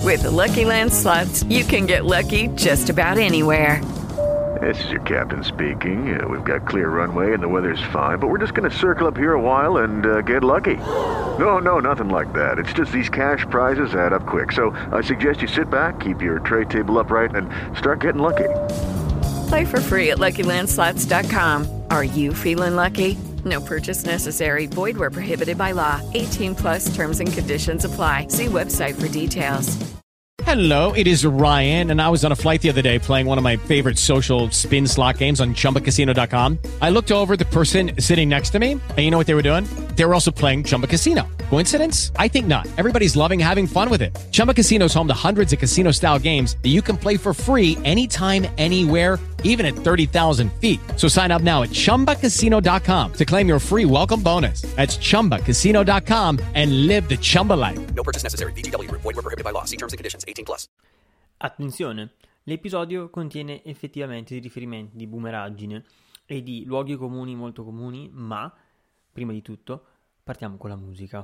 With the Lucky Land Slots, you can get lucky just about anywhere. This is your captain speaking. We've got clear runway and the weather's fine, but we're just going to circle up here a while and get lucky. No, nothing like that. It's just these cash prizes add up quick. So I suggest you sit back, keep your tray table upright, and start getting lucky. Play for free at LuckyLandSlots.com. Are you feeling lucky? No purchase necessary. Void where prohibited by law. 18 plus terms and conditions apply. See website for details. Hello, it is Ryan, and I was on a flight the other day playing one of my favorite social spin slot games on ChumbaCasino.com. I looked over at the person sitting next to me, and you know what they were doing? They were also playing Chumba Casino. Coincidence? I think not. Everybody's loving having fun with it. Chumba Casino is home to hundreds of casino-style games that you can play for free anytime, anywhere, even at 30,000 feet. So sign up now at ChumbaCasino.com to claim your free welcome bonus. That's ChumbaCasino.com and live the Chumba life. No purchase necessary. VGW. Void where prohibited by law. See terms and conditions. 18 plus. Attenzione, l'episodio contiene effettivamente dei riferimenti di boomeraggine e di luoghi comuni molto comuni, ma, prima di tutto, partiamo con la musica.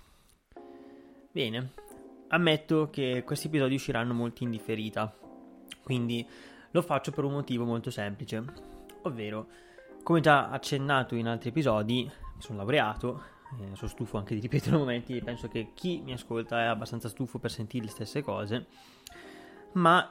Bene, ammetto che questi episodi usciranno molto in differita, quindi lo faccio per un motivo molto semplice, ovvero, come già accennato in altri episodi, mi sono laureato, sono stufo anche di ripetere momenti e penso che chi mi ascolta è abbastanza stufo per sentire le stesse cose, ma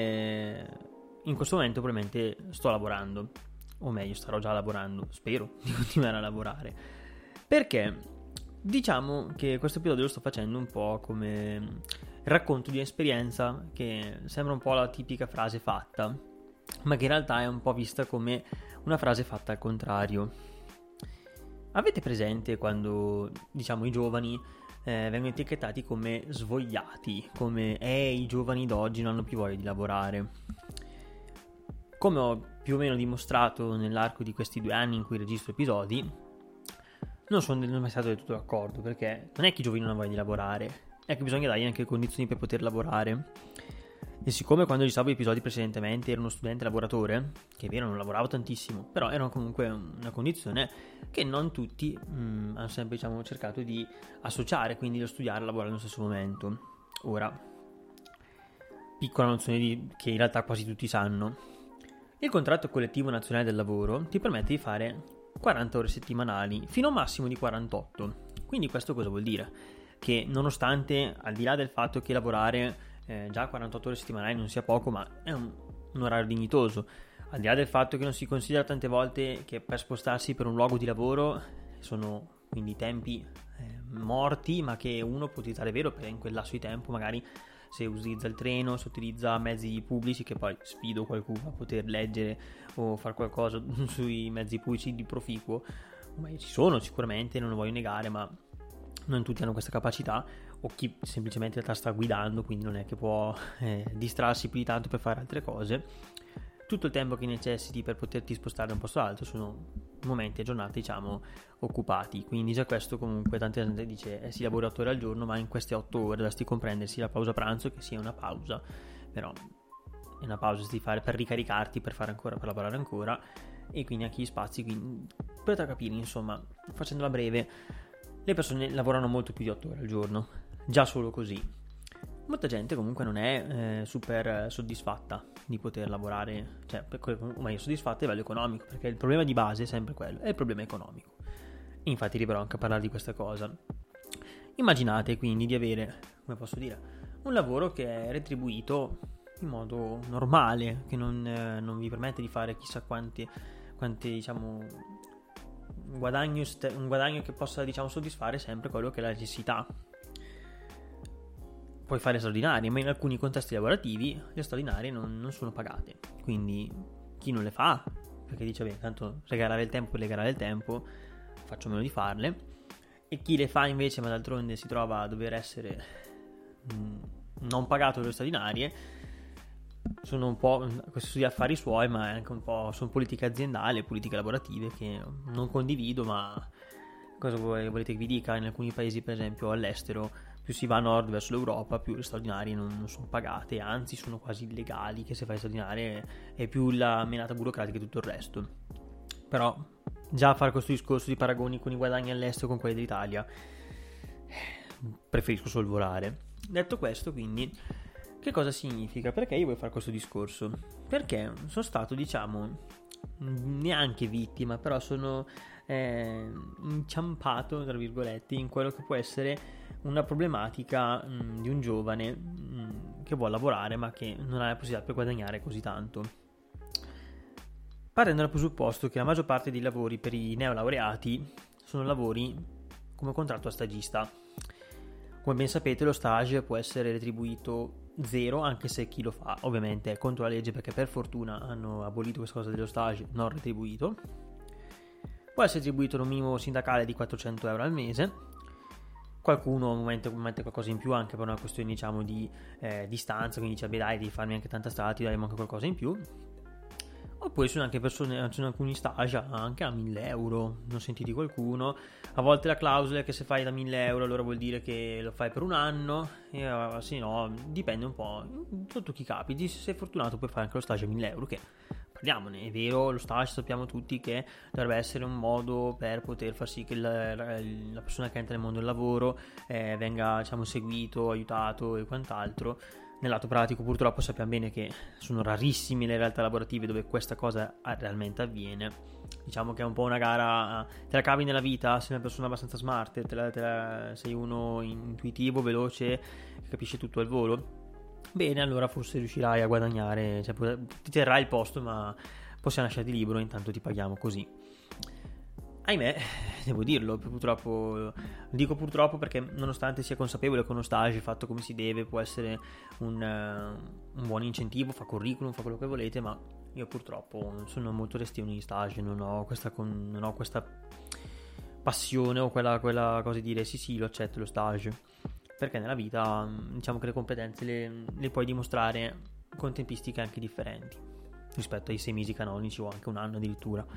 in questo momento probabilmente sto lavorando, o meglio starò già lavorando, spero di continuare a lavorare, perché diciamo che questo episodio lo sto facendo un po' come racconto di un'esperienza che sembra un po' la tipica frase fatta, ma che in realtà è un po' vista come una frase fatta al contrario. Avete presente quando, diciamo, i giovani vengono etichettati come svogliati, come i giovani d'oggi non hanno più voglia di lavorare? Come ho più o meno dimostrato nell'arco di questi 2 anni in cui registro episodi, non sono mai stato del tutto d'accordo, perché non è che i giovani non hanno voglia di lavorare, è che bisogna dargli anche le condizioni per poter lavorare. E siccome quando registravo episodi precedentemente ero uno studente lavoratore, che è vero non lavoravo tantissimo, però era comunque una condizione che non tutti hanno sempre, diciamo, cercato di associare, quindi lo studiare e lavorare nello stesso momento. Ora, piccola nozione che in realtà quasi tutti sanno. Il contratto collettivo nazionale del lavoro ti permette di fare 40 ore settimanali fino a un massimo di 48. Quindi questo cosa vuol dire? Che nonostante, al di là del fatto che lavorare già 48 ore settimanali non sia poco, ma è un orario dignitoso, al di là del fatto che non si considera tante volte che per spostarsi per un luogo di lavoro sono quindi tempi morti, ma che uno può utilizzare vero per in quel lasso di tempo, magari se utilizza il treno, se utilizza mezzi pubblici, che poi sfido qualcuno a poter leggere o fare qualcosa sui mezzi pubblici di proficuo, ma ci sono sicuramente, non lo voglio negare, ma non tutti hanno questa capacità, o chi semplicemente in realtà sta guidando, quindi non è che può distrarsi più di tanto per fare altre cose. Tutto il tempo che necessiti per poterti spostare da un posto all'altro sono momenti e giornate, diciamo, occupati. Quindi già questo comunque tanta gente dice si lavora 8 ore al giorno, ma in queste 8 ore dovresti comprendersi la pausa pranzo, che sia una pausa, però è una pausa che devi fare per ricaricarti, per fare ancora, per lavorare ancora, e quindi anche gli spazi. Quindi per capire, insomma, facendola breve, le persone lavorano molto più di 8 ore al giorno, già solo così. Molta gente comunque non è super soddisfatta di poter lavorare, cioè, ma è soddisfatta a livello economico, perché il problema di base è sempre quello, è il problema economico. Infatti arriverò anche a parlare di questa cosa. Immaginate quindi di avere, come posso dire, un lavoro che è retribuito in modo normale, che non vi permette di fare chissà quante diciamo, un guadagno che possa, diciamo, soddisfare sempre quello che è la necessità. Puoi fare straordinarie, ma in alcuni contesti lavorativi le straordinarie non sono pagate. Quindi chi non le fa, perché dice beh, tanto regalare il tempo per regalare il tempo, faccio meno di farle. E chi le fa invece, ma d'altronde si trova a dover essere non pagato per le straordinarie, sono un po' questi affari suoi, ma è anche un po' sono politiche aziendali, politiche lavorative che non condivido. Ma cosa volete che vi dica? In alcuni paesi, per esempio all'estero, più si va a nord verso l'Europa, più le straordinarie non sono pagate, anzi sono quasi illegali, che se fai straordinarie è più la menata burocratica e tutto il resto. Però già fare questo discorso di paragoni con i guadagni all'estero con quelli dell'Italia, preferisco sorvolare. Detto questo, quindi, che cosa significa? Perché io voglio fare questo discorso? Perché sono stato, diciamo, neanche vittima, però sono inciampato, tra virgolette, in quello che può essere una problematica di un giovane che vuole lavorare ma che non ha la possibilità per guadagnare così tanto. Partendo dal presupposto che la maggior parte dei lavori per i neolaureati sono lavori come contratto a stagista. Come ben sapete, lo stage può essere retribuito 0, anche se chi lo fa ovviamente è contro la legge, perché per fortuna hanno abolito questa cosa dello stage non retribuito. Può essere retribuito un minimo sindacale di 400 euro al mese. Qualcuno mette qualcosa in più anche per una questione, diciamo, di distanza, quindi dice, beh dai, devi farmi anche tanta strada, ti daremo anche qualcosa in più. Oppure sono anche persone, sono alcuni stage anche a 1.000 euro, non sentiti qualcuno. A volte la clausola è che se fai da 1.000 euro allora vuol dire che lo fai per un anno, e se no dipende un po', sotto chi capiti. Se sei fortunato puoi fare anche lo stage a 1.000 euro, che parliamone, è vero, lo stage sappiamo tutti che dovrebbe essere un modo per poter far sì che la persona che entra nel mondo del lavoro venga, diciamo, seguito, aiutato e quant'altro. Nel lato pratico purtroppo sappiamo bene che sono rarissime le realtà lavorative dove questa cosa realmente avviene. Diciamo che è un po' una gara, te la cavi nella vita, sei una persona abbastanza smart, sei uno intuitivo, veloce, che capisce tutto al volo, bene, allora forse riuscirai a guadagnare, cioè ti terrai il posto, ma possiamo lasciarti libero, intanto ti paghiamo così. Ahimè, devo dirlo, purtroppo, dico purtroppo perché nonostante sia consapevole che uno stage fatto come si deve può essere un buon incentivo, fa curriculum, fa quello che volete, ma io purtroppo sono molto restio negli stage, non ho questa passione o quella cosa di dire sì lo accetto lo stage, perché nella vita diciamo che le competenze le puoi dimostrare con tempistiche anche differenti rispetto ai 6 mesi canonici o anche un anno addirittura.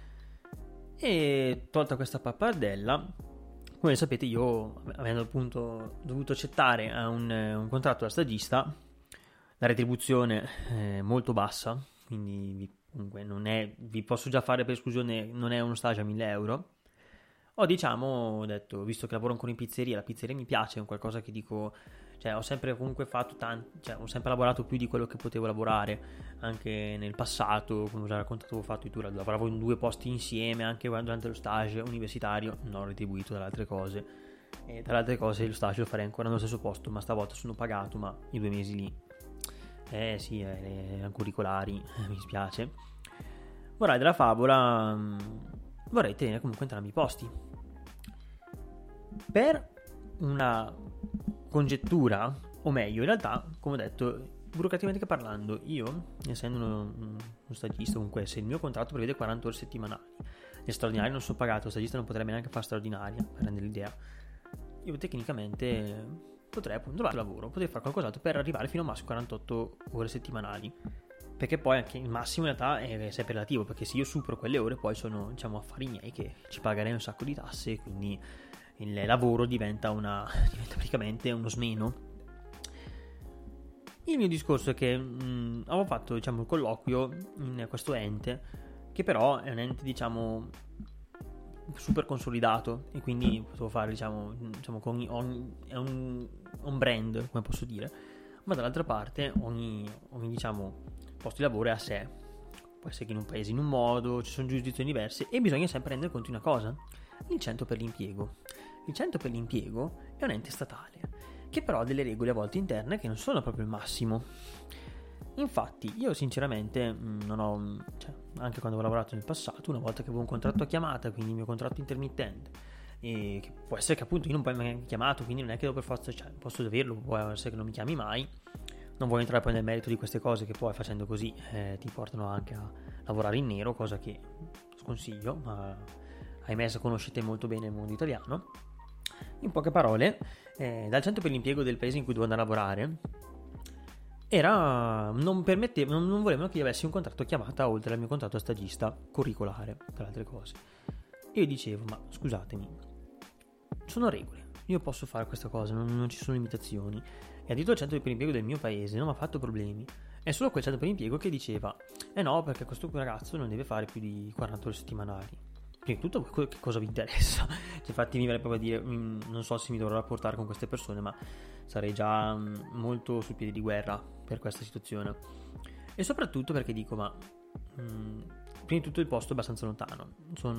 E tolta questa pappardella, come sapete, io, avendo appunto dovuto accettare un contratto da stagista, la retribuzione è molto bassa, quindi comunque vi posso già fare per esclusione, non è uno stage a 1.000 euro. Ho detto, visto che lavoro ancora in pizzeria, la pizzeria mi piace, è un qualcosa che dico, cioè ho sempre comunque fatto ho sempre lavorato più di quello che potevo lavorare, anche nel passato, come ho già raccontato, avevo fatto lavoravo in 2 posti insieme, anche durante lo stage universitario, non retribuito dalle altre cose, e dalle altre cose lo stage lo farei ancora nello stesso posto, ma stavolta sono pagato, ma i 2 mesi lì, sì, curricolari, mi dispiace. Vorrei della favola, vorrei tenere comunque entrambi i posti. Per una congettura, o meglio, in realtà, come ho detto, burocraticamente parlando, io, essendo uno stagista, comunque, se il mio contratto prevede 40 ore settimanali, le straordinarie non sono pagato, lo stagista non potrebbe neanche fare straordinaria, per rendere l'idea, io tecnicamente potrei appunto trovare lavoro, potrei fare qualcos'altro per arrivare fino a massimo 48 ore settimanali. Perché poi anche il massimo in realtà è sempre relativo, perché se io supero quelle ore poi sono, diciamo, affari miei che ci pagherei un sacco di tasse, quindi il lavoro diventa praticamente uno smeno. Il mio discorso è che avevo fatto, diciamo, il colloquio in questo ente, che però è un ente, diciamo, super consolidato, e quindi potevo fare, diciamo è un brand, come posso dire, ma dall'altra parte ogni diciamo posto di lavoro è a sé, può essere che in un paese in un modo, ci sono giurisdizioni diverse, e bisogna sempre rendere conto di una cosa: il centro per l'impiego. Il centro per l'impiego è un ente statale che però ha delle regole a volte interne che non sono proprio il massimo. Infatti io sinceramente non ho, anche quando ho lavorato nel passato, una volta che avevo un contratto a chiamata, quindi il mio contratto intermittente, e che può essere che appunto io non poi mi hai chiamato, quindi non è che devo per forza, posso averlo, può essere che non mi chiami mai. Non voglio entrare poi nel merito di queste cose che poi facendo così ti portano anche a lavorare in nero, cosa che sconsiglio, ma ahimè se conoscete molto bene il mondo italiano. In poche parole, dal centro per l'impiego del paese in cui dovevo andare a lavorare non volevano che io avessi un contratto a chiamata oltre al mio contratto a stagista curricolare, tra le altre cose. Io dicevo, ma scusatemi, sono regole, io posso fare questa cosa, non ci sono limitazioni. E addirittura il centro per l'impiego del mio paese non mi ha fatto problemi. È solo quel centro per l'impiego che diceva no, perché questo ragazzo non deve fare più di 40 ore settimanali. prima di tutto che cosa vi interessa? Cioè, infatti mi verrebbe proprio a dire, non so se mi dovrò rapportare con queste persone, ma sarei già molto sul piede di guerra per questa situazione. E soprattutto perché dico, ma prima di tutto il posto è abbastanza lontano,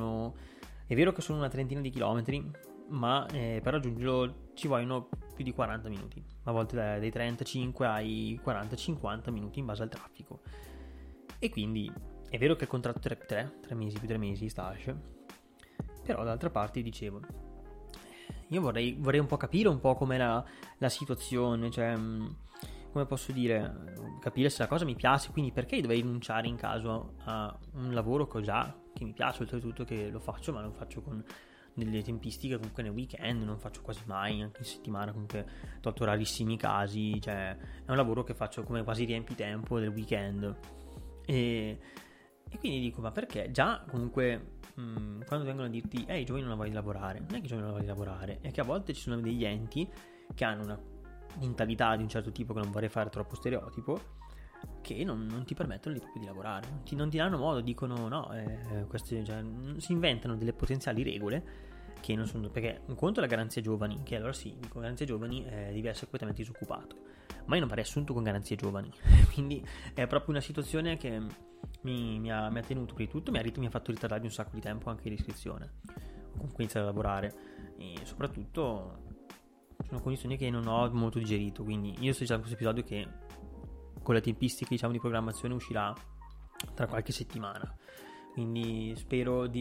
è vero che sono una trentina di chilometri, ma per raggiungerlo ci vogliono più di 40 minuti, a volte dai 35 ai 40-50 minuti in base al traffico. E quindi è vero che il contratto è 3 mesi più 3 mesi stage, però dall'altra parte dicevo, io vorrei un po' capire un po' com'è la situazione, cioè come posso dire, capire se la cosa mi piace, quindi perché dovrei rinunciare in caso a un lavoro che ho già, che mi piace, oltretutto che lo faccio, ma lo faccio con delle tempistiche comunque nel weekend, non faccio quasi mai, anche in settimana comunque tolto rarissimi casi, cioè è un lavoro che faccio come quasi riempitempo del weekend. E quindi dico, ma perché? Già comunque quando vengono a dirti ehi, Giovanni non ha voglia di lavorare, non è che Giovanni non ha voglia di lavorare, è che a volte ci sono degli enti che hanno una mentalità di un certo tipo, che non vorrei fare troppo stereotipo, che non ti permettono di lavorare, non ti danno modo, dicono no, queste, cioè, si inventano delle potenziali regole che non sono, perché un conto è la garanzia giovani, che allora sì, dico garanzia giovani devi essere completamente disoccupato, ma io non farei assunto con garanzie giovani quindi è proprio una situazione che mi ha tenuto, prima di tutto mi ha fatto ritardare un sacco di tempo anche l'iscrizione o comunque iniziare a lavorare, e soprattutto sono condizioni che non ho molto digerito, quindi io sto dicendo in questo episodio che con le tempistiche diciamo di programmazione uscirà tra qualche settimana, quindi spero di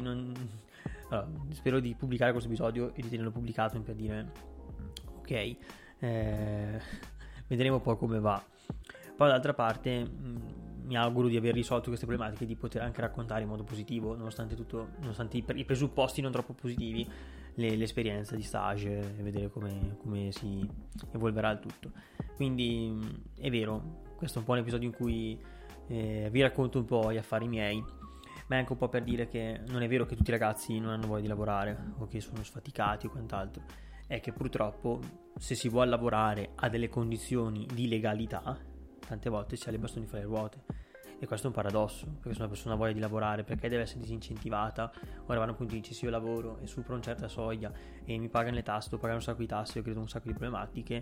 pubblicare questo episodio e di tenerlo pubblicato per dire ok, vedremo poi come va. Poi d'altra parte mi auguro di aver risolto queste problematiche, di poter anche raccontare in modo positivo, nonostante i presupposti non troppo positivi, l'esperienza di stage e vedere come si evolverà il tutto. Quindi è vero, questo è un po' un episodio in cui vi racconto un po' gli affari miei, ma è anche un po' per dire che non è vero che tutti i ragazzi non hanno voglia di lavorare o che sono sfaticati o quant'altro, è che purtroppo se si vuole lavorare a delle condizioni di legalità tante volte si ha le bastoni fra le ruote, e questo è un paradosso, perché se una persona ha voglia di lavorare, perché deve essere disincentivata o arrivare a un punto di dici se io lavoro e supero una certa soglia e mi pagano le tasse, devo pagare un sacco di tasse, io credo un sacco di problematiche,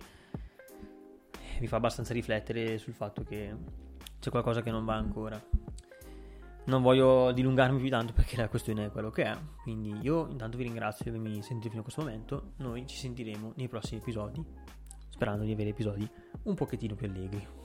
mi fa abbastanza riflettere sul fatto che c'è qualcosa che non va ancora. Non voglio dilungarmi più tanto perché la questione è quello che è, quindi io intanto vi ringrazio di avermi sentito fino a questo momento. Noi ci sentiremo nei prossimi episodi, sperando di avere episodi un pochettino più allegri.